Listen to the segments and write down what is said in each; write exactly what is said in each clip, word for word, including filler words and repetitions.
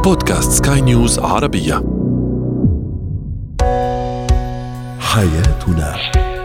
بودكاست سكاي نيوز عربية. حياتنا.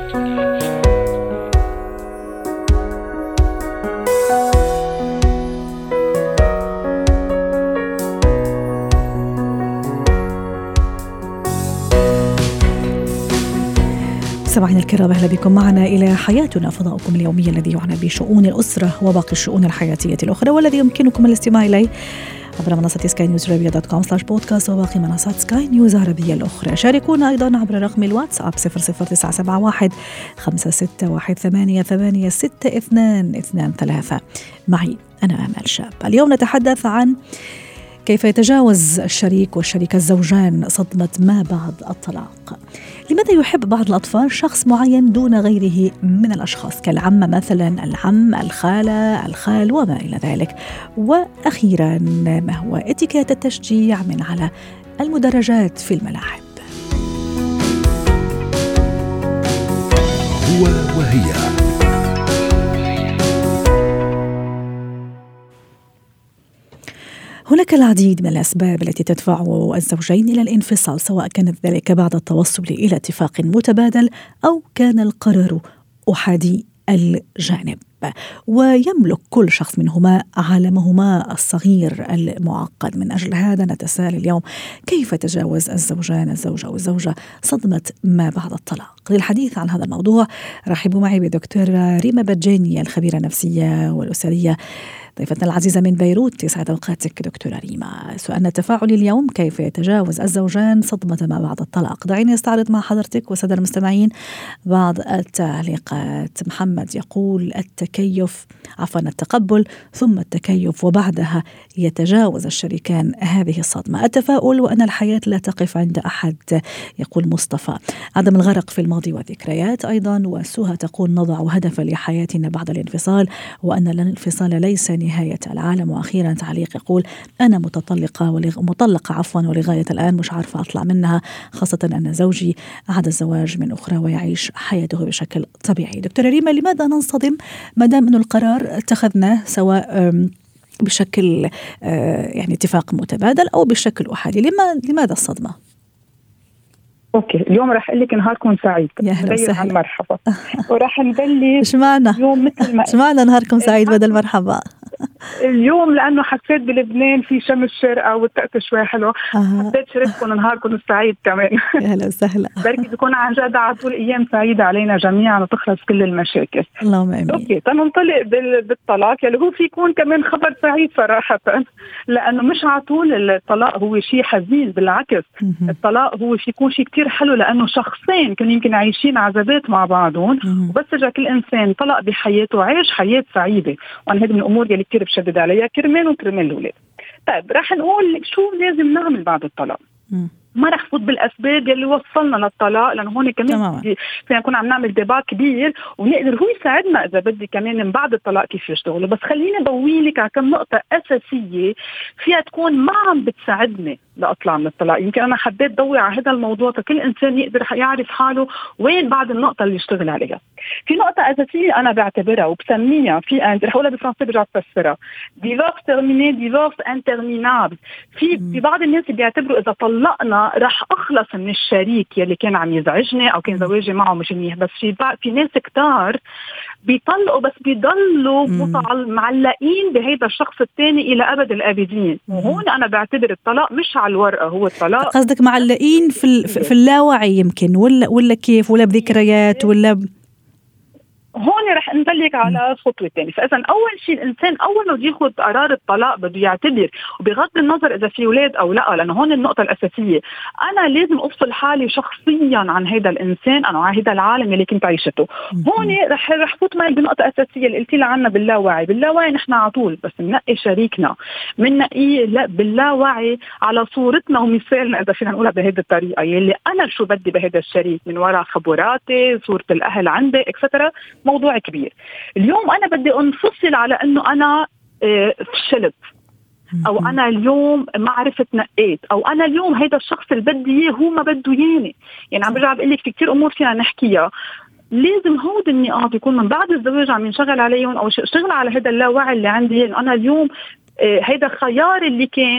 سمعنا الكرام، أهلا بكم معنا إلى حياتنا، فضاؤكم اليومي الذي يعنى بشؤون الأسرة وباقي الشؤون الحياتية الأخرى، والذي يمكنكم الاستماع إليه عبر منصة سكاي نيوز عربية دوت كوم سلاش بودكاست وباقي منصات سكاي نيوز عربية الأخرى. شاركونا أيضا عبر رقم الواتساب صفر صفر تسعة سبعة واحد خمسة ستة واحد ثمانية ثمانية ستة اثنان اثنان ثلاثة. معي أنا آمال شاب. اليوم نتحدث عن كيف يتجاوز الشريك والشريكة الزوجان صدمة ما بعد الطلاق. لماذا يحب بعض الأطفال شخص معين دون غيره من الأشخاص كالعمة مثلا، العم، الخالة، الخال وما إلى ذلك. وأخيرا، ما هو اتيكيت التشجيع من على المدرجات في الملاعب. هو وهي. هناك العديد من الأسباب التي تدفع الزوجين إلى الانفصال، سواء كان ذلك بعد التوصل إلى اتفاق متبادل أو كان القرار أحادي الجانب، ويملك كل شخص منهما عالمهما الصغير المعقد. من أجل هذا نتساءل اليوم كيف يتجاوز الزوجان الزوجة والزوجة صدمة ما بعد الطلاق. للحديث عن هذا الموضوع رحبوا معي بدكتورة ريما بجاني، الخبيرة النفسية والأسرية، ضيفتنا العزيزة من بيروت. يسعد أوقاتك دكتورة ريما. سؤالنا التفاعلي اليوم: كيف يتجاوز الزوجان صدمة ما بعد الطلاق؟ دعيني أستعرض مع حضرتك وسادة المستمعين بعض التعليقات. محمد يقول التكيف عفوا التقبل ثم التكيف وبعدها يتجاوز الشريكان هذه الصدمة. التفاؤل وأن الحياة لا تقف عند أحد، يقول مصطفى. عدم الغرق في الماضي والذكريات أيضا. وسهى تقول نضع هدفا لحياتنا بعد الانفصال وأن الانفصال ليس نهاية العالم. وأخيرا تعليق يقول أنا متطلقة ولغ... مطلقة عفوا ولغاية الآن مش عارفة أطلع منها، خاصة أن زوجي عاد الزواج من أخرى ويعيش حياته بشكل طبيعي. دكتورة ريما، لماذا ننصدم ما دام أنه القرار اتخذناه سواء بشكل يعني اتفاق متبادل أو بشكل أحادي؟ لما... لماذا الصدمة؟ اوكي، اليوم راح اقول لك نهاركم سعيد. يا اهلا وسهلا. مرحبا. وراح نبلش. ايش معنى اليوم مثل ما ايش معنى نهاركم سعيد بدل مرحبا؟ اليوم لانه حسيت بلبنان في شمس شرقه والطقس شوي حلو، حبيت شارككم نهاركم السعيد كمان. يا اهلا وسهلا. بركي بيكون عن جد على طول ايام سعيده علينا جميعا وتخلص كل المشاكل. اللهم امين. اوكي، تننطلق بالطلاق يلي هو في يكون كمان خبر سعيد صراحه، لانه مش على طول الطلاق هو شيء حزين، بالعكس الطلاق هو في يكون شيء كتير حلو، لانه شخصين كانوا يمكن عايشين عذابات مع بعضهم وبس اجى كل انسان طلق بحياته عايش حياه سعيده. وانا هذه من الامور يلي كتير بشدد عليها كرمال وكرمال الاولاد. طيب راح نقول شو لازم نعمل بعد الطلاق. ما رح فوت بالاسباب يلي وصلنا للطلاق، لانه هون كمان فينا نكون عم نعمل ديبات كبير ونقدر هو يساعدنا اذا بدي كمان من بعد الطلاق كيف يشتغلوا. بس خليني ضويلك على كم نقطه اساسيه فيها تكون ما عم بتساعدني لاطلع من الطلاق. يمكن انا حبيت ضوي على هذا الموضوع فكل انسان يقدر يعرف حاله وين بعد النقطه اللي يشتغل عليها. في نقطه اساسيه انا بعتبرها وبسميها في انت رح اقولها بالفرنسي برجع بفسرها: ديفورس تيرميني، ديفورس انترمينابل. في في بعض الناس بيعتبروا اذا طلقنا رح اخلص من الشريك يلي كان عم يزعجني او كان زواجي معه مش منيح. بس في في ناس كتار بيطلقوا بس بيضلوا معلقين بهذا الشخص الثاني الى ابد الابدين. وهون انا بعتبر الطلاق مش على الورقه، هو الطلاق قصدك معلقين في في اللاوعي يمكن، ولا ولا كيف، ولا بذكريات ولا ب... هون رح نبلك على خطوة تانية. فإذا أول شيء الإنسان أول ما ياخذ قرار الطلاق بده يعتبر، وبغض النظر إذا في أولاد أو لا، لأنه هون النقطة الأساسية أنا لازم أفصل حالي شخصيا عن هذا الإنسان، أنا عن هذا العالم اللي كنت عايشته. هون رح رح فوت معي بنقطة أساسية اللي قلتي لها عنها باللاوعي. باللاوعي نحن على طول بس منقي شريكنا منقي لا باللاوعي على صورتنا ومثالنا إذا فينا نقولها بهذه الطريقة، يلي أنا شو بدي بهذا الشريك من وراء خبراتي، صورة الأهل عندي إكسترا. موضوع كبير. اليوم أنا بدي أنفصل على أنه أنا فشلت، أو أنا اليوم ما عرفت نقيت، أو أنا اليوم هيدا الشخص اللي بدي إياه هو ما بده ياني. يعني عم برجع بقول لك في كتير أمور فينا نحكيها. لازم هود النقاط يكون من بعد الزواج عم ينشغل عليهم، أو اشتغل على هذا اللاوعي اللي عندي. أنا اليوم هيدا الخيار اللي كان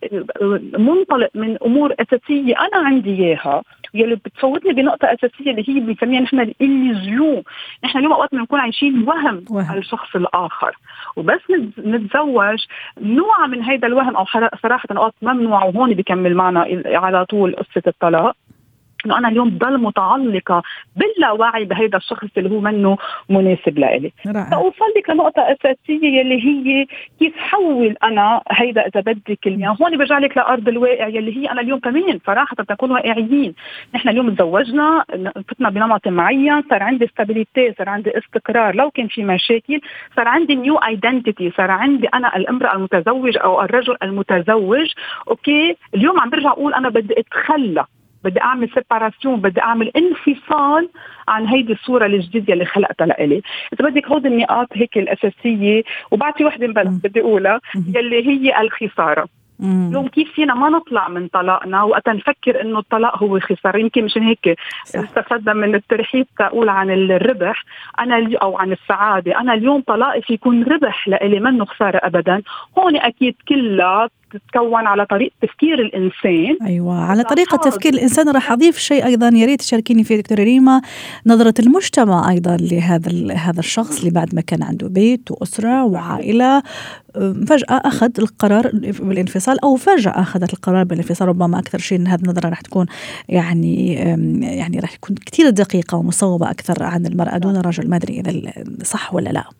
منطلق من أمور أساسية أنا عندي إياها، يلي بتفوتني بنقطة أساسية اللي هي بنسميها نحن الإليزيون. نحن اليوم أوقات بنكون عايشين وهم, وهم الشخص الآخر، وبس نتزوج نوع من هذا الوهم، أو صراحة أوقات ممنوع، وهون بيكمل معنا على طول قصة الطلاق، إنه أنا اليوم ضل متعلقة باللاوعي بهذا الشخص اللي هو منه مناسب لإلي. فأوصل لك لنقطة أساسية اللي هي كيف حول أنا هيدا إذا بدك اليوم. هون برجع لك لأرض الواقع يلي هي أنا اليوم كمان صراحة بنكون واقعيين. نحن اليوم تزوجنا، فتنا بنمط معين، صار عندي استابيليتي، صار عندي استقرار، لو كان في مشاكل صار عندي نيو ايدنتيتي، صار عندي أنا الامرأة المتزوج أو الرجل المتزوج. أوكي اليوم عم برجع أقول أنا بدي أتخلى، بدي أعمل سيباراسيون، بدي أعمل انفصال عن هيدي الصورة الجديدة اللي خلقتها لإلي. إذا بدك هود النقاط هيك الأساسية، وبعطي واحدة مبلغ بدي أقولها يلي هي الخسارة. اليوم كيف فينا ما نطلع من طلاقنا وقت نفكر إنه الطلاق هو خسارة؟ يمكن مشان هيك استفدنا من الترحيب تقول عن الربح أنا أو عن السعادة. أنا اليوم طلاقي في يكون ربح لإلي منه خسارة أبدا. هون أكيد كلها تتكون على طريقة تفكير الإنسان. أيوة، على طريقة تفكير الإنسان. راح أضيف شيء أيضا يا ريت تشاركيني فيه دكتورة ريما، نظرة المجتمع أيضا لهذا هذا الشخص اللي بعد ما كان عنده بيت وأسرة وعائلة فجأة أخذ القرار بالانفصال، أو فجأة أخذت القرار بالانفصال. ربما أكثر شيء إن هذه النظرة راح تكون يعني يعني راح تكون كتير دقيقة ومصوبة أكثر عن المرأة دون الرجل. ما أدري إذا صح ولا لا.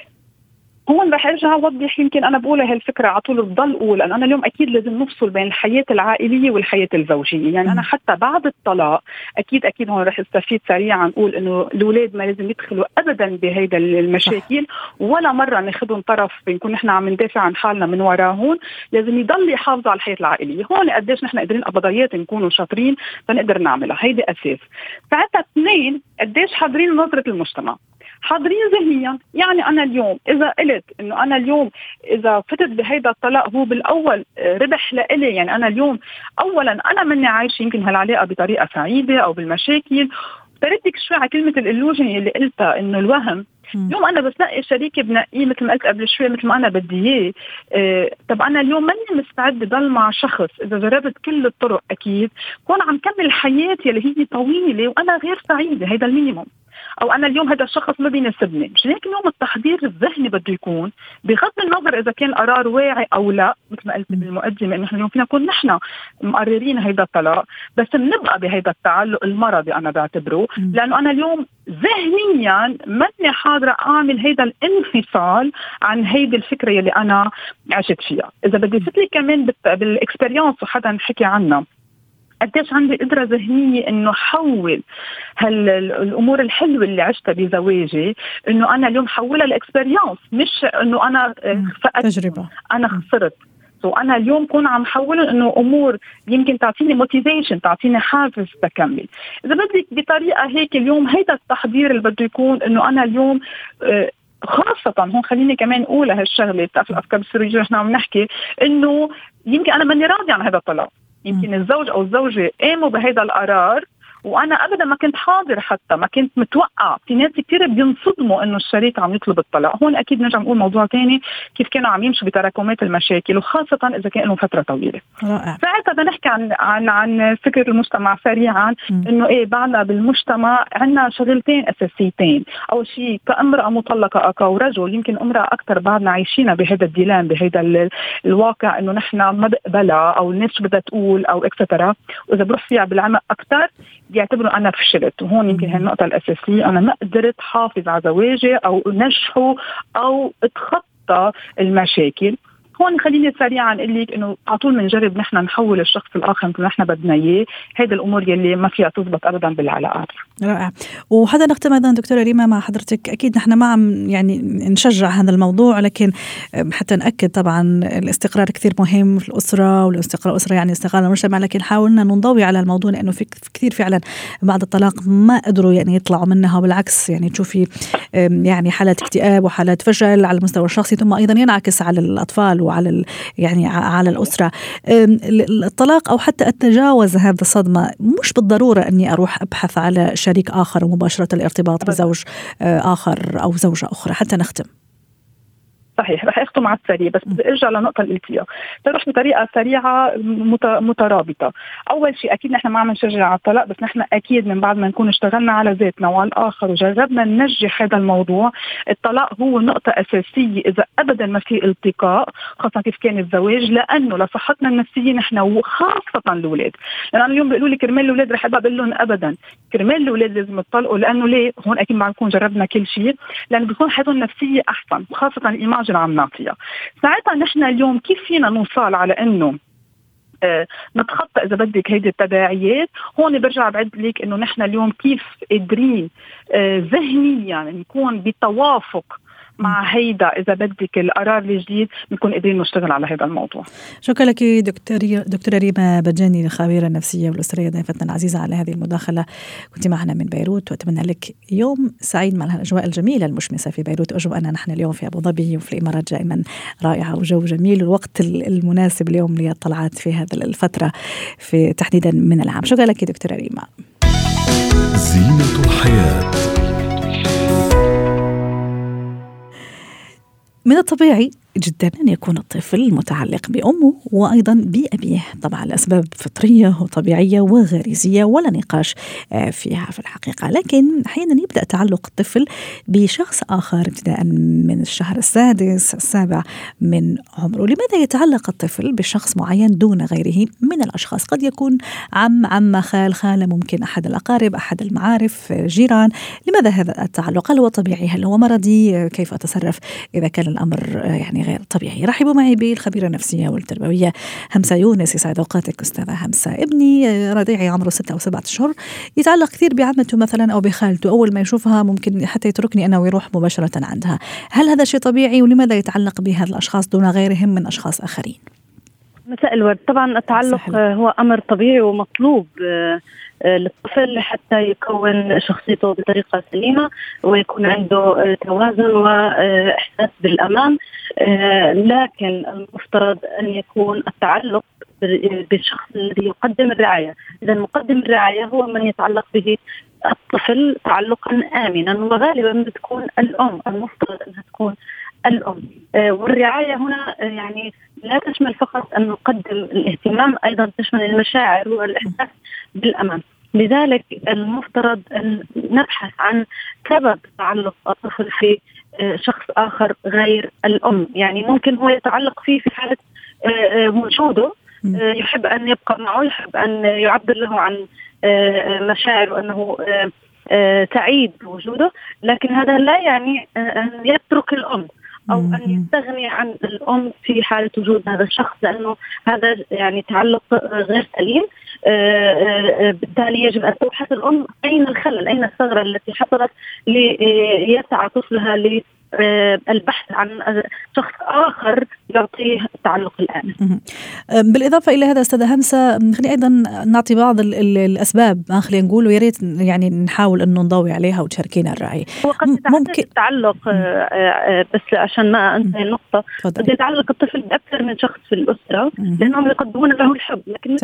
هون رح ارجع اوضح، يمكن انا بقولها هالفكره على طول بضل اقول ان انا اليوم اكيد لازم نفصل بين الحياه العائليه والحياه الزوجيه. يعني انا حتى بعد الطلاق اكيد اكيد هون رح استفيد سريعا نقول انه الاولاد ما لازم يدخلوا ابدا بهيدا المشاكل، ولا مره ناخذهم طرف بنكون نحن عم ندافع عن حالنا من وراهم. لازم يضل يحافظوا على الحياه العائليه. هون قديش نحن قادرين ابضيات نكونوا شاطرين فنقدر نعملها، هيدي اساس. ساعتها اثنين قديش حاضرين نظره المجتمع، حاضرين ذهنيا. يعني أنا اليوم إذا قلت إنه أنا اليوم إذا فتت بهيدا الطلاق هو بالأول ربح لإلي، يعني أنا اليوم أولا أنا مني عايش يمكن هالعلاقة بطريقة سعيدة أو بالمشاكل. تردك شوي على كلمة الإلوجن اللي قلتها إنه الوهم. اليوم أنا بس نقي شريكي بنقيه مثل ما قلت قبل شوي مثل ما أنا بدي إياه. اه طب أنا اليوم ماني مستعد ضل مع شخص إذا جربت كل الطرق أكيد كون عم كمل حياتي اللي هي طويلة وأنا غير سعيدة. هيدا المينيموم. أو أنا اليوم هذا الشخص ما بيناسبني. مش هيك اليوم التحضير الذهني بده يكون بغض النظر إذا كان قرار واعي أو لا. مثل ما قلت بالمقدمة إنه اليوم فينا نكون نحن مقررين هيدا الطلاق، بس بنبقى بهيدا التعلق المرضي أنا بعتبره، لأنه أنا اليوم ذهنيا ماني حاضرة أعمل هيدا الانفصال عن هيدي الفكرة يلي أنا عشت فيها. إذا بدي ستلي كمان بالإكسبريانس وحدا حكي عنها قديش عندي قدرة ذهنية إنه حول هالأمور الحلوة اللي عشتها بزواجي، إنه أنا اليوم حولها لإكسبريانس، مش إنه أنا فقط تجربة أنا خسرت. وأنا اليوم كون عم حوله إنه أمور يمكن تعطيني موتيفيشن، تعطيني حافز تكمل. إذا بدك بطريقة هيك اليوم هيدا التحضير اللي بده يكون إنه أنا اليوم خاصة هون خليني كمان أقول هالشغلة بتاعت الأفكار السرية نحن عم نحكي إنه يمكن أنا ماني راضي عن هذا الطلاق. يمكن الزوج أو الزوجة قاموا بهذا القرار وأنا أبدا ما كنت حاضر، حتى ما كنت متوقع. في ناس كتير بينصدموا إنه الشريك عم يطلب الطلاق. هون أكيد نرجع نقول موضوع تاني كيف كانوا عم يمشوا بتراكمات المشاكل، وخاصة إذا كان لهم فترة طويلة. رائع. ساعتها بدنا نحكي عن عن عن فكرة المجتمع سريعا. إنه إيه بعدنا بالمجتمع عنا شغلتين أساسيتين. أول شيء كامرأة مطلقة أو رجل، يمكن امرأة أكثر بعدنا عايشين بهذا الديلان بهذا الواقع إنه نحن ما بقبلها أو الناس بدها تقول أو إكسترا. وإذا بروح فيها بالعمق أكثر بيعتبروا أنا فشلت. وهون يمكن هالنقطة الأساسية، أنا ما قدرت حافظ على زواجي أو نجحه أو اتخطى المشاكل. هون خليني سريعا أقول لك إنه على طول بنجرب نحن نحول الشخص الآخر مثل ما نحن بدنا إياه. هيدا الأمور يلي ما فيها تزبط أبدا بالعلاقات. رائع. وحتى نختم أيضا دكتورة ريما مع حضرتك، أكيد نحن ما عم يعني نشجع هذا الموضوع، لكن حتى نأكد طبعا الاستقرار كثير مهم في الأسرة، والاستقرار الأسرة يعني استقرار المجتمع، لكن حاولنا ننضوي على الموضوع لأنه في كثير فعلا بعد الطلاق ما قدروا يعني يطلعوا منها، وبالعكس يعني تشوفي يعني حالات اكتئاب وحالات فشل على المستوى الشخصي، ثم أيضا ينعكس على الأطفال وعلى يعني على الأسرة. الطلاق أو حتى أتجاوز هذا الصدمة مش بالضرورة أني أروح أبحث على شريك آخر ومباشرة الارتباط بزوج آخر أو زوجة أخرى. حتى نختم صحيح. رح أختم على السريع بس بدي أرجع لنقطة اللي قلتيها تروح بطريقة سريعة مترابطة. أول شيء أكيد نحن ما عم نشجع على الطلاق، بس نحن أكيد من بعد ما نكون اشتغلنا على ذاتنا وعلى الآخر وجربنا ننجح هذا الموضوع، الطلاق هو نقطة أساسية إذا أبدا ما في التقاء، خاصة كيف كان الزواج، لأنه لصحتنا النفسية نحن وخاصة الأولاد. لأن اليوم بيقولوا لي كرمال الأولاد رح أبقى بقول لهم أبدا كرمال الأولاد لازم يطلقوا، لأنه ليه هون أكيد ما نكون جربنا كل شيء، لأنه بيكون حياتهم النفسية أحسن، خاصة الإيماج اللي عم نعطيها. ساعتها نحن اليوم كيف فينا نوصل على إنه آه نتخطى إذا بدك هيدي التداعيات؟ هون برجع بعد لك إنه نحن اليوم كيف قادرين آه ذهنيا يعني نكون بتوافق مع هيدا إذا بدك القرار الجديد، نكون قادرين نشتغل على هذا الموضوع. شكرا لك دكتورة دكتورة ريما بجاني، الخبيرة النفسية والأسرية، ضيفتنا العزيزة على هذه المداخلة. كنت معنا من بيروت، وأتمنى لك يوم سعيد مع الأجواء الجميلة المشمسة في بيروت. أجو أنا نحن اليوم في أبو ظبي وفي الإمارات دائما رائعة وجو جميل، والوقت المناسب اليوم للطلعات في هذه الفترة في تحديدا من العام. شكرا لك دكتورة ريما. زينة الحياة. من الطبيعي جدا أن يكون الطفل متعلق بأمه وأيضا بأبيه، طبعا الأسباب فطرية وطبيعية وغريزية ولا نقاش فيها في الحقيقة، لكن أحيانا يبدأ تعلق الطفل بشخص آخر ابتداء من الشهر السادس السابع من عمره. لماذا يتعلق الطفل بشخص معين دون غيره من الأشخاص؟ قد يكون عم عم خال خالة، ممكن أحد الأقارب، أحد المعارف، جيران. لماذا هذا التعلق؟ هل هو طبيعي؟ هل هو مرضي؟ كيف أتصرف إذا كان الأمر يعني غير طبيعي؟ رحبوا معي بالخبيرة النفسية والتربوية همسة يونس. يسعد أوقاتك أستاذة همسة. ابني رضيعي عمره ستة أو سبعة أشهر يتعلق كثير بعمته مثلا أو بخالته، أول ما يشوفها ممكن حتى يتركني أنا ويروح مباشرة عندها. هل هذا شيء طبيعي؟ ولماذا يتعلق بهذا الأشخاص دون غيرهم من أشخاص آخرين؟ مساء الورد. طبعا التعلق سهل. هو أمر طبيعي ومطلوب للطفل حتى يكون شخصيته بطريقة سليمة ويكون عنده توازن وإحساس بالأمان، لكن المفترض أن يكون التعلق بالشخص الذي يقدم الرعاية. إذا مقدم الرعاية هو من يتعلق به الطفل تعلقا آمنا، وغالبا بتكون الأم، المفترض أنها تكون الأم. والرعاية هنا يعني لا تشمل فقط أن نقدم الاهتمام، أيضا تشمل المشاعر والإحساس بالأمان. لذلك المفترض أن نبحث عن سبب تعلق الطفل في شخص آخر غير الأم. يعني ممكن هو يتعلق فيه في حالة وجوده، يحب أن يبقى معه، يحب أن يعبر له عن مشاعر وأنه سعيد بوجوده، لكن هذا لا يعني أن يترك الأم أو أن يستغني عن الأم في حالة وجود هذا الشخص، لأنه هذا يعني تعلق غير سليم. بالتالي يجب أن تبحث الأم أين الخلل، أين الثغرة التي حصلت ليسعى طفلها للبحث عن شخص آخر يعطيه التعلق الآن. بالإضافة إلى هذا أستاذة همسة، خلينا أيضا نعطي بعض الأسباب، ما خلينا نقول، ويا ريت يعني نحاول إنه نضوي عليها وتشاركينا الرأي. وقد ممكن التعلق بس عشان ما أنسى النقطة، قد يتعلق الطفل بأكثر من شخص في الأسرة لأنهم يقدمون له الحب، لكن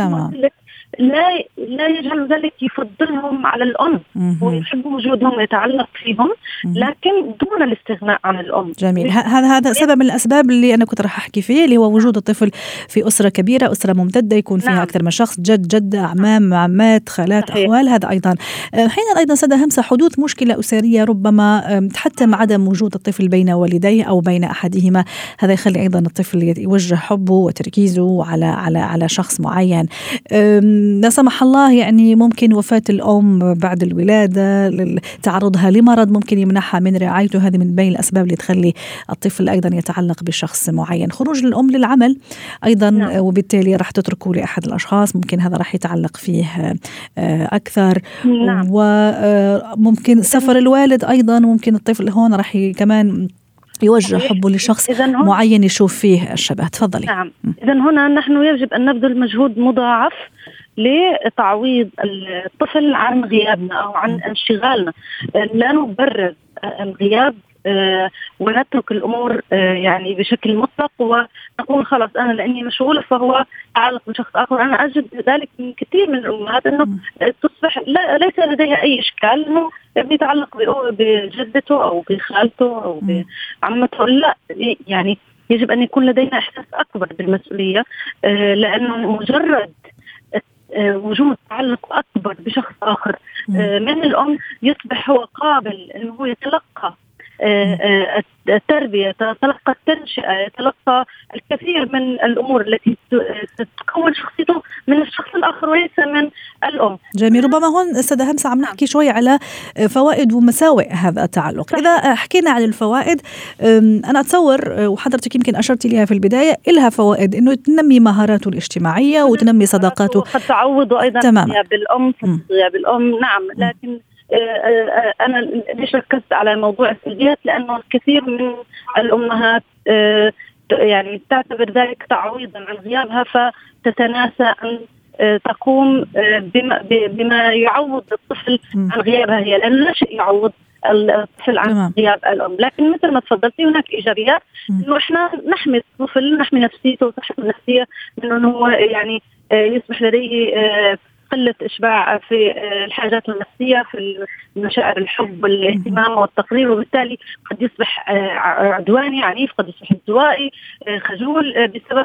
لا لا يجعل ذلك يفضلهم على الأم ويحب وجودهم ويتعلق فيهم، لكن دون الاستغناء عن الأم. جميل. هذا هذا سبب من الأسباب اللي أنا كنت راح أحكي فيه، اللي هو وجود الطفل في أسرة كبيرة، أسرة ممتدة، يكون فيها نعم. أكثر من شخص، جد جدة، أعمام، عمات، خالات، صحيح. أخوال. هذا أيضا حين أيضا سادة همسة حدوث مشكلة أسرية ربما حتى مع عدم وجود الطفل بين والديه أو بين أحدهما، هذا يخلي أيضا الطفل يوجه حبه وتركيزه على على على شخص معين. لا سمح الله يعني ممكن وفاة الأم بعد الولادة، تعرضها لمرض ممكن يمنعها من رعايته، هذه من بين الأسباب اللي تخلي الطفل أيضا يتعلق بشخص معين. خروج الأم للعمل أيضا نعم. وبالتالي راح تتركه لأحد الأشخاص، ممكن هذا راح يتعلق فيه أكثر نعم. وممكن سفر الوالد أيضا، ممكن الطفل هون راح كمان يوجه حبه لشخص معين يشوف فيه الشبه. تفضلي. نعم. إذن هنا نحن يجب أن نبذل مجهود مضاعف لتعويض الطفل عن غيابنا أو عن انشغالنا. لا نبرر الغياب آه ونترك الأمور آه يعني بشكل مطلق ونقول خلاص أنا لأني مشغولة فهو تعلق بشخص آخر. أنا أجد ذلك من كثير من الأمهات أنه تصبح لا ليس لديها أي إشكال أنه يتعلق بجدته أو بخالته أو بعمته، لا يعني يجب أن يكون لدينا إحساس أكبر بالمسؤولية، آه لأنه مجرد وجود تعلق أكبر بشخص آخر من الأم يصبح هو قابل أنه هو يتلقى التربية، يتلقى التنشئة، يتلقى الكثير من الأمور التي تكون شخصيته من الشخص الآخر وليس من الأم. جميل. ربما هون أستاذة همسة عم نحكي شوي على فوائد ومساوئ هذا التعلق. صحيح. إذا حكينا عن الفوائد، أنا أتصور وحضرتك يمكن أشرت لها في البداية إلها فوائد إنه تنمي مهاراته الاجتماعية وتنمي صداقاته، قد تعوضه أيضا بالأم بالأم نعم. لكن أنا ليش ركزت على موضوع السلبيات؟ لأنه الكثير من الأمهات يعني تعتبر ذلك تعويضا عن غيابها فتتناسى أن تقوم بما, بما يعوض الطفل عن غيابها هي، لأنه لا شيء يعوض الطفل عن غياب الأم. لكن مثل ما تفضلتي هناك إيجابيات، إنه إحنا نحمي الطفل، نحمي نفسيته وصحته النفسية من إنه هو يعني يصبح لديه قلة إشباع في الحاجات النفسية، في مشاعر الحب والاهتمام والتقدير، وبالتالي قد يصبح عدواني عنيف، قد يصبح انطوائي خجول بسبب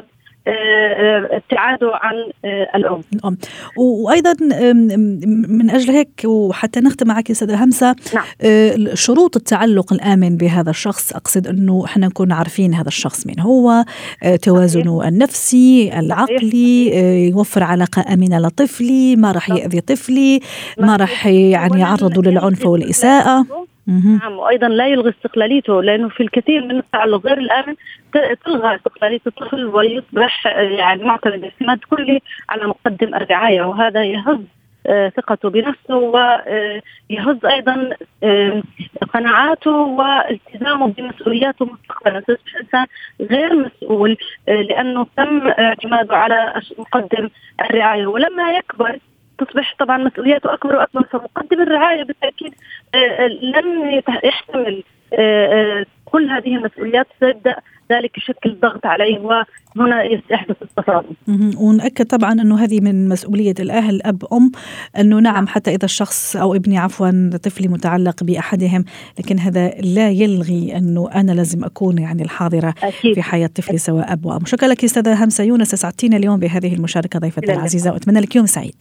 ابتعاده عن الأم. الأم. وأيضا من أجل هيك وحتى نختم معك يا سيدة همسة، نعم. شروط التعلق الآمن بهذا الشخص، أقصد أنه إحنا نكون عارفين هذا الشخص من هو، توازنه النفسي العقلي، يوفر علاقة آمنة لطفلي، ما رح يأذي طفلي، ما رح يعني يعرضه للعنف والإساءة. نعم. وأيضا لا يلغي استقلاليته، لأنه في الكثير من التعلق غير الآمن تلغى استقلالية الطفل ويصبح يعني معتمد اعتماد كلي على مقدم الرعاية، وهذا يهز ثقته بنفسه ويهز أيضا قناعاته والتزامه بمسؤولياته مستقبلا. تصبح إنسان غير مسؤول لأنه تم اعتماده على مقدم الرعاية، ولما يكبر تصبح طبعا مسؤولياته أكبر وأكبر، فمقدم الرعاية بالتأكيد لن يحتمل كل هذه المسؤوليات، سيبدأ ذلك يشكل ضغط عليه وهنا يحدث التصادم. ونأكد طبعا أنه هذه من مسؤولية الأهل أب أم، أنه نعم حتى إذا الشخص أو ابني عفوا طفلي متعلق بأحدهم، لكن هذا لا يلغي أنه أنا لازم أكون يعني الحاضرة أكيد في حياة طفلي سواء أب وأم. شكرا لك أستاذة همسة يونس، سعدتينا اليوم بهذه المشاركة ضيفتنا العزيزة، وأتمنى لك يوم سعيد.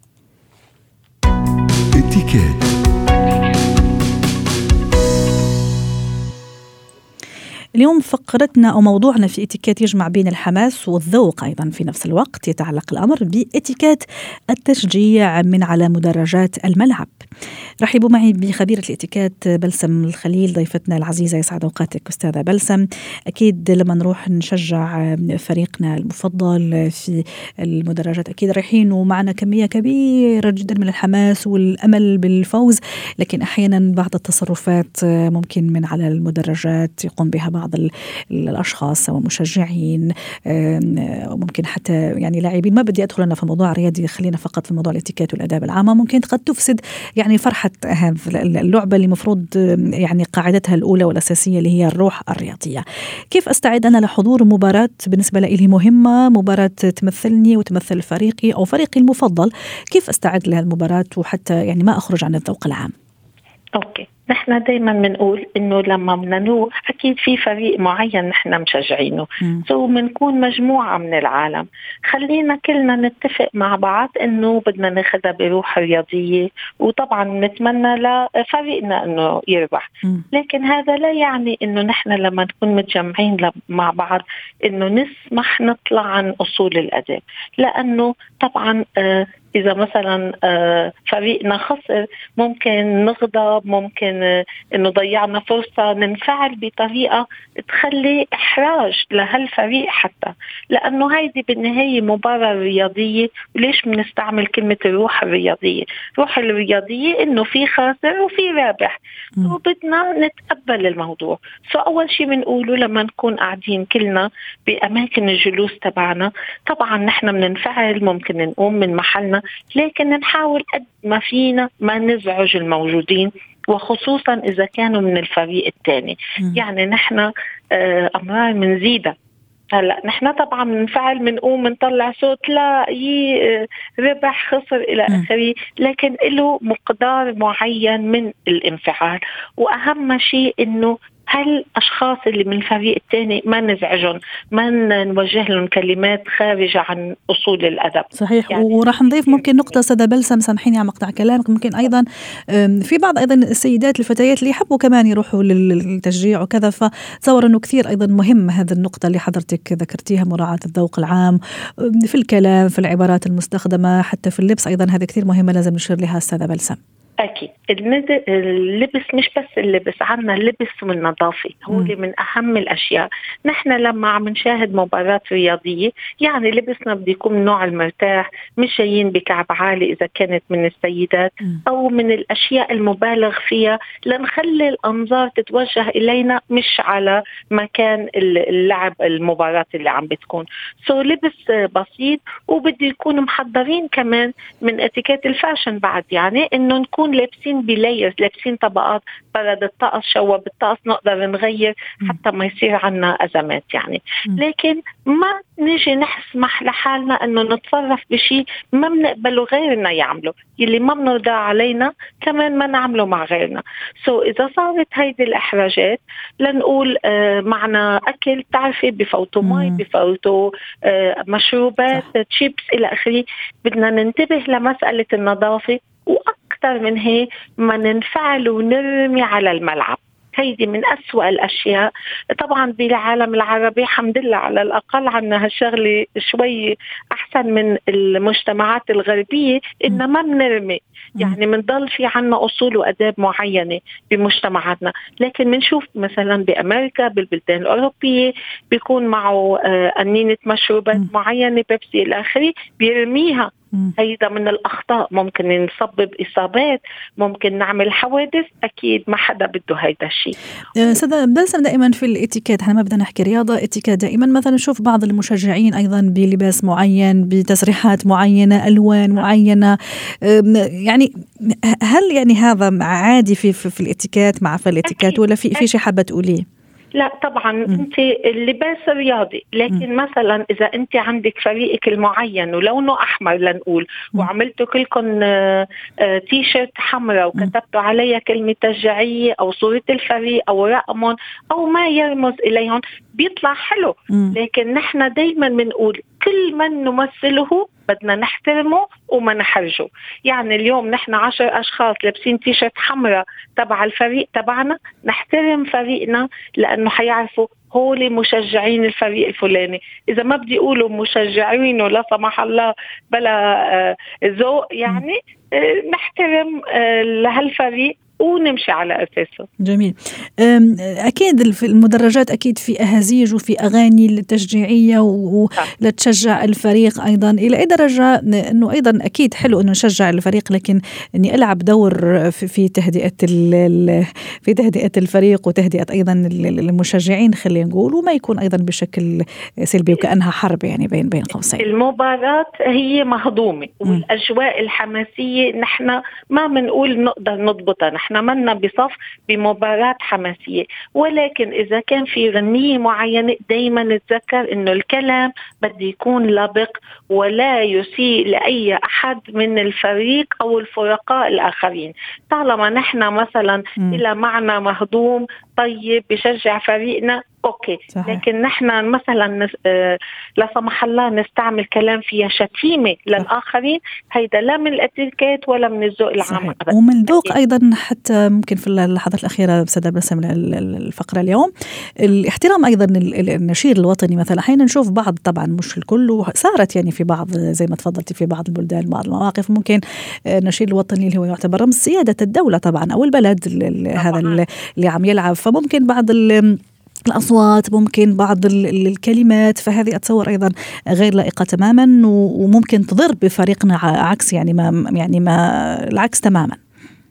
اليوم فقرتنا أو موضوعنا في اتيكيت يجمع بين الحماس والذوق أيضا في نفس الوقت. يتعلق الأمر باتيكيت التشجيع من على مدرجات الملعب. رحبوا معي بخبيرة الاتيكيت بلسم الخليل ضيفتنا العزيزة، يسعد أوقاتك أستاذة بلسم. أكيد لما نروح نشجع فريقنا المفضل في المدرجات أكيد رايحين ومعنا كمية كبيرة جدا من الحماس والأمل بالفوز، لكن أحيانا بعض التصرفات ممكن من على المدرجات يقوم بها بعض الأشخاص ومشجعين، ممكن حتى يعني لاعبين. ما بدي أدخل أنا في موضوع رياضي، خلينا فقط في موضوع الاتيكيت والآداب العامة. ممكن قد تفسد يعني فرحة هذه اللعبة اللي مفروض يعني قاعدتها الأولى والأساسية اللي هي الروح الرياضية. كيف أستعد أنا لحضور مباراة بالنسبة لي مهمة، مباراة تمثلني وتمثل فريقي أو فريقي المفضل؟ كيف أستعد لها المباراة وحتى يعني ما أخرج عن الذوق العام؟ أوكي، نحن دايما بنقول إنه لما بدنا نروح أكيد في فريق معين نحن مشجعينه، سو بنكون مجموعة من العالم، خلينا كلنا نتفق مع بعض إنه بدنا ناخذها بروح رياضية، وطبعا نتمنى لفريقنا إنه يربح. م. لكن هذا لا يعني إنه نحن لما نكون متجمعين مع بعض إنه نسمح نطلع عن أصول الأداء، لأنه طبعا آه إذا مثلا فريقنا خسر ممكن نغضب، ممكن إنه ضيعنا فرصة، ننفعل بطريقة تخلي إحراج لهالفريق حتى، لأنه هيدي بالنهاية مباراة رياضية. وليش بنستعمل كلمة الروح الرياضية؟ روح الرياضية إنه في خاسر وفي رابح، وبدنا نتقبل الموضوع. سو أول شيء بنقوله لما نكون قاعدين كلنا بأماكن الجلوس تبعنا، طبعا نحن بننفعل، ممكن نقوم من محلنا، لكن نحاول قد ما فينا ما نزعج الموجودين وخصوصا إذا كانوا من الفريق الثاني. يعني نحن أمرار منزيدة. هلا نحن طبعا بنفعل بنقوم نطلع صوت لا ي ربح خسر الى اخره، لكن له مقدار معين من الانفعال. واهم شيء انه هالأشخاص اللي من الفريق الثاني ما نزعجهم، ما نوجه لهم كلمات خارجة عن أصول الأدب. صحيح. يعني وراح نضيف ممكن نقطة سادة بلسم، سامحيني على مقطع كلامك، ممكن أيضا في بعض أيضا السيدات الفتيات اللي يحبوا كمان يروحوا للتشجيع وكذا، فتصور أنه كثير أيضا مهم هذه النقطة اللي حضرتك ذكرتيها، مراعاة الذوق العام في الكلام، في العبارات المستخدمة، حتى في اللبس أيضا، هذه كثير مهمة لازم نشير لها سادة بلسم. أكيد اللبس مش بس اللبس، عنا اللبس والنظافة هو اللي من أهم الأشياء. نحن لما عم نشاهد مباراة رياضية يعني لبسنا بده يكون من نوع المرتاح، مش جايين بكعب عالي إذا كانت من السيدات أو من الأشياء المبالغ فيها، لنخلي الأنظار تتوجه إلينا مش على مكان اللعب المباراة اللي عم بتكون. سو لبس بسيط، وبده يكون محضرين كمان من اتيكيت الفاشن بعد، يعني إنه نكون لابسين بلايرز، لابسين طبقات، برد الطقس شوب الطقس نقدر نغير حتى ما يصير عنا أزمات يعني. لكن ما نيجي نسمح لحالنا أنه نتصرف بشيء ما بنقبله غيرنا يعمله، اللي ما بنرضى علينا كمان ما نعمله مع غيرنا. سو so إذا صارت هيدي الإحراجات، لنقول آه معنا أكل، تعرفي بفوتوا مي، بفوتوا آه مشروبات، تشيبس إلى آخره، بدنا ننتبه لمسألة النظافة. وأكثر من هيك ما ننفعل ونرمي على الملعب، هيدي من أسوأ الأشياء. طبعا بالعالم العربي الحمد لله على الأقل عنا هالشغلة شوي أحسن من المجتمعات الغربية، إن ما بنرمي، يعني منضل في عنا أصول وأداب معينة بمجتمعاتنا. لكن منشوف مثلا بأمريكا بالبلدان الأوروبية بيكون معه أنينة مشروبات معينة، بيبسي الآخري، بيرميها. هيدا من الأخطاء، ممكن نسبب إصابات، ممكن نعمل حوادث. أكيد ما حدا بده هيدا الشيء. سادة بلسم، دائما في الاتيكيت، احنا ما بدنا نحكي رياضة، اتيكيت دائما مثلا نشوف بعض المشجعين أيضا بلباس معين، بتسريحات معينة، ألوان معينة، يعني هل يعني هذا عادي في في, في الاتيكيت مع في الاتيكيت، ولا في في شيء حابة تقوليه؟ لا طبعا م. انت اللباس رياضي، لكن م. مثلا اذا انت عندك فريقك المعين ولونه احمر لنقول، م. وعملتوا كلكم تي شيرت حمراء وكتبتوا عليها كلمه تشجيعيه او صوره الفريق او رقمهم او ما يرمز اليهم، بيطلع حلو. م. لكن نحن دايما بنقول كل من نمثله بدنا نحترمه وما نحرجه. يعني اليوم نحن عشر أشخاص لابسين تيشيرت حمراء تبع الفريق تبعنا، نحترم فريقنا لأنه حيعرفوا هولي مشجعين الفريق الفلاني. إذا ما بدي أقولوا مشجعينه لا سمح الله بلا ذوق، يعني نحترم لهالفريق ونمشي على أساسه. جميل. أكيد في المدرجات أكيد في أهازيج وفي أغاني تشجيعية ولتشجع الفريق أيضا. إلى أي درجة أنه أيضا أكيد حلو أنه نشجع الفريق، لكن أني ألعب دور في, في تهدئة في تهدئة الفريق وتهدئة أيضا المشجعين خلينا نقول، وما يكون أيضا بشكل سلبي وكأنها حرب يعني بين بين قوسين. المباراة هي مهضومة والأجواء الحماسية نحن ما بنقول نقدر نضبطها، نحن منا بصف بمباراة حماسية. ولكن إذا كان في غنية معينة دايما نتذكر إنه الكلام بده يكون لبق ولا يسيء لأي أحد من الفريق أو الفرقاء الآخرين. طالما نحن مثلا م. إلى معنى مهضوم طيب بشجع فريقنا أوكي، صحيح. لكن نحن مثلا نس... آه... لا سمح الله نستعمل كلام فيها شتيمة للآخرين، هيدا لا من الاتيكيت ولا من الذوق العام، ومن الذوق أيضا. حتى ممكن في اللحظات الأخيرة سادة بلسم الفقرة اليوم الاحترام أيضا النشيد الوطني مثلا، حين نشوف بعض، طبعا مش الكل، وصارت يعني في بعض زي ما تفضلتي في بعض البلدان بعض المواقف ممكن النشيد الوطني اللي هو يعتبر رمز سيادة الدولة طبعا أو البلد هذا اللي عم يلعب، فممكن بعض الأصوات، ممكن بعض الكلمات، فهذه أتصور أيضا غير لائقة تماما وممكن تضر بفريقنا عكس يعني ما يعني ما العكس تماما.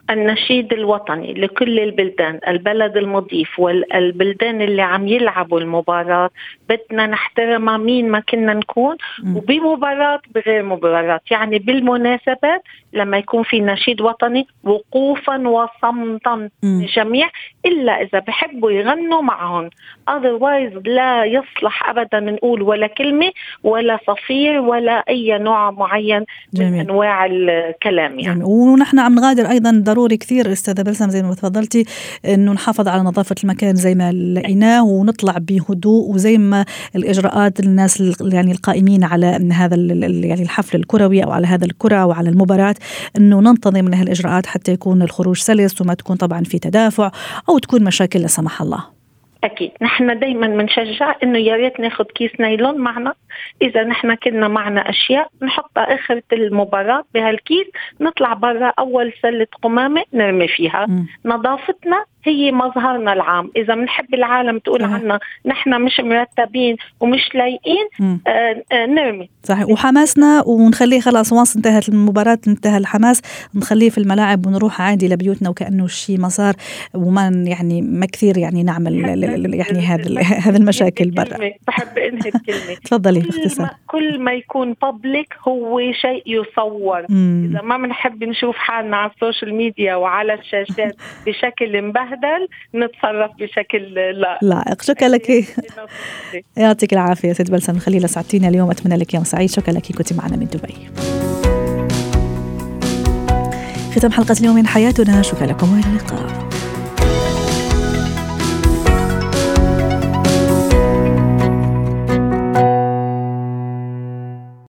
النشيد الوطني لكل البلدان، البلد المضيف والبلدان اللي عم يلعبوا المباراة بدنا نحترمها مين ما كنا نكون، وبمباراة بغير مباراة. يعني بالمناسبات لما يكون في نشيد وطني وقوفا وصمتا للجميع، إلا إذا بحبوا يغنوا معهم، otherwise لا يصلح أبدا نقول ولا كلمة ولا صفير ولا أي نوع معين جميل. من أنواع الكلام يعني. ونحن عم نغادر أيضا ضروري كثير أستاذة بلسم زي ما تفضلتي إنه نحافظ على نظافة المكان زي ما لقيناه، ونطلع بهدوء وزي ما الإجراءات الناس يعني القائمين على هذا يعني الحفل الكروي أو على هذا الكرة وعلى المباراة، إنه ننتظم لها الإجراءات حتى يكون الخروج سلس وما تكون طبعا في تدافع أو تكون مشاكل لا سمح الله. أكيد نحن دايما بنشجع إنه يا ريت ناخد كيس نايلون معنا، إذا نحن كنا معنا أشياء نحطها آخر المباراة بهالكيس، نطلع برا أول سلة قمامة نرمي فيها. م. نظافتنا هي مظهرنا العام. إذا بنحب العالم تقول صحيح. عنا نحن مش مرتبين ومش لايقين، آه آه نرمي صحيح. وحماسنا ونخليه خلاص وانس انتهت المباراة انتهى الحماس، نخليه في الملاعب ونروح عادي لبيوتنا وكأنه شيء ما صار، وما يعني ما كثير يعني نعمل يعني هذا هذا المشاكل برا. بحب انهي الكلمة تفضلي كل باختصار. ما كل ما يكون بابليك هو شيء يصور. مم. إذا ما بنحب نشوف حالنا على السوشيال ميديا وعلى الشاشات بشكل مبهدل نتصرف بشكل لا لائق. شكرا لك، يعطيك العافية ست بلسم خليل، سعدتينا اليوم، أتمنى لك يوم سعيد. شكرا لك كنت معنا من دبي. ختام حلقة اليوم من حياتنا، شكرا لكم واللقاء.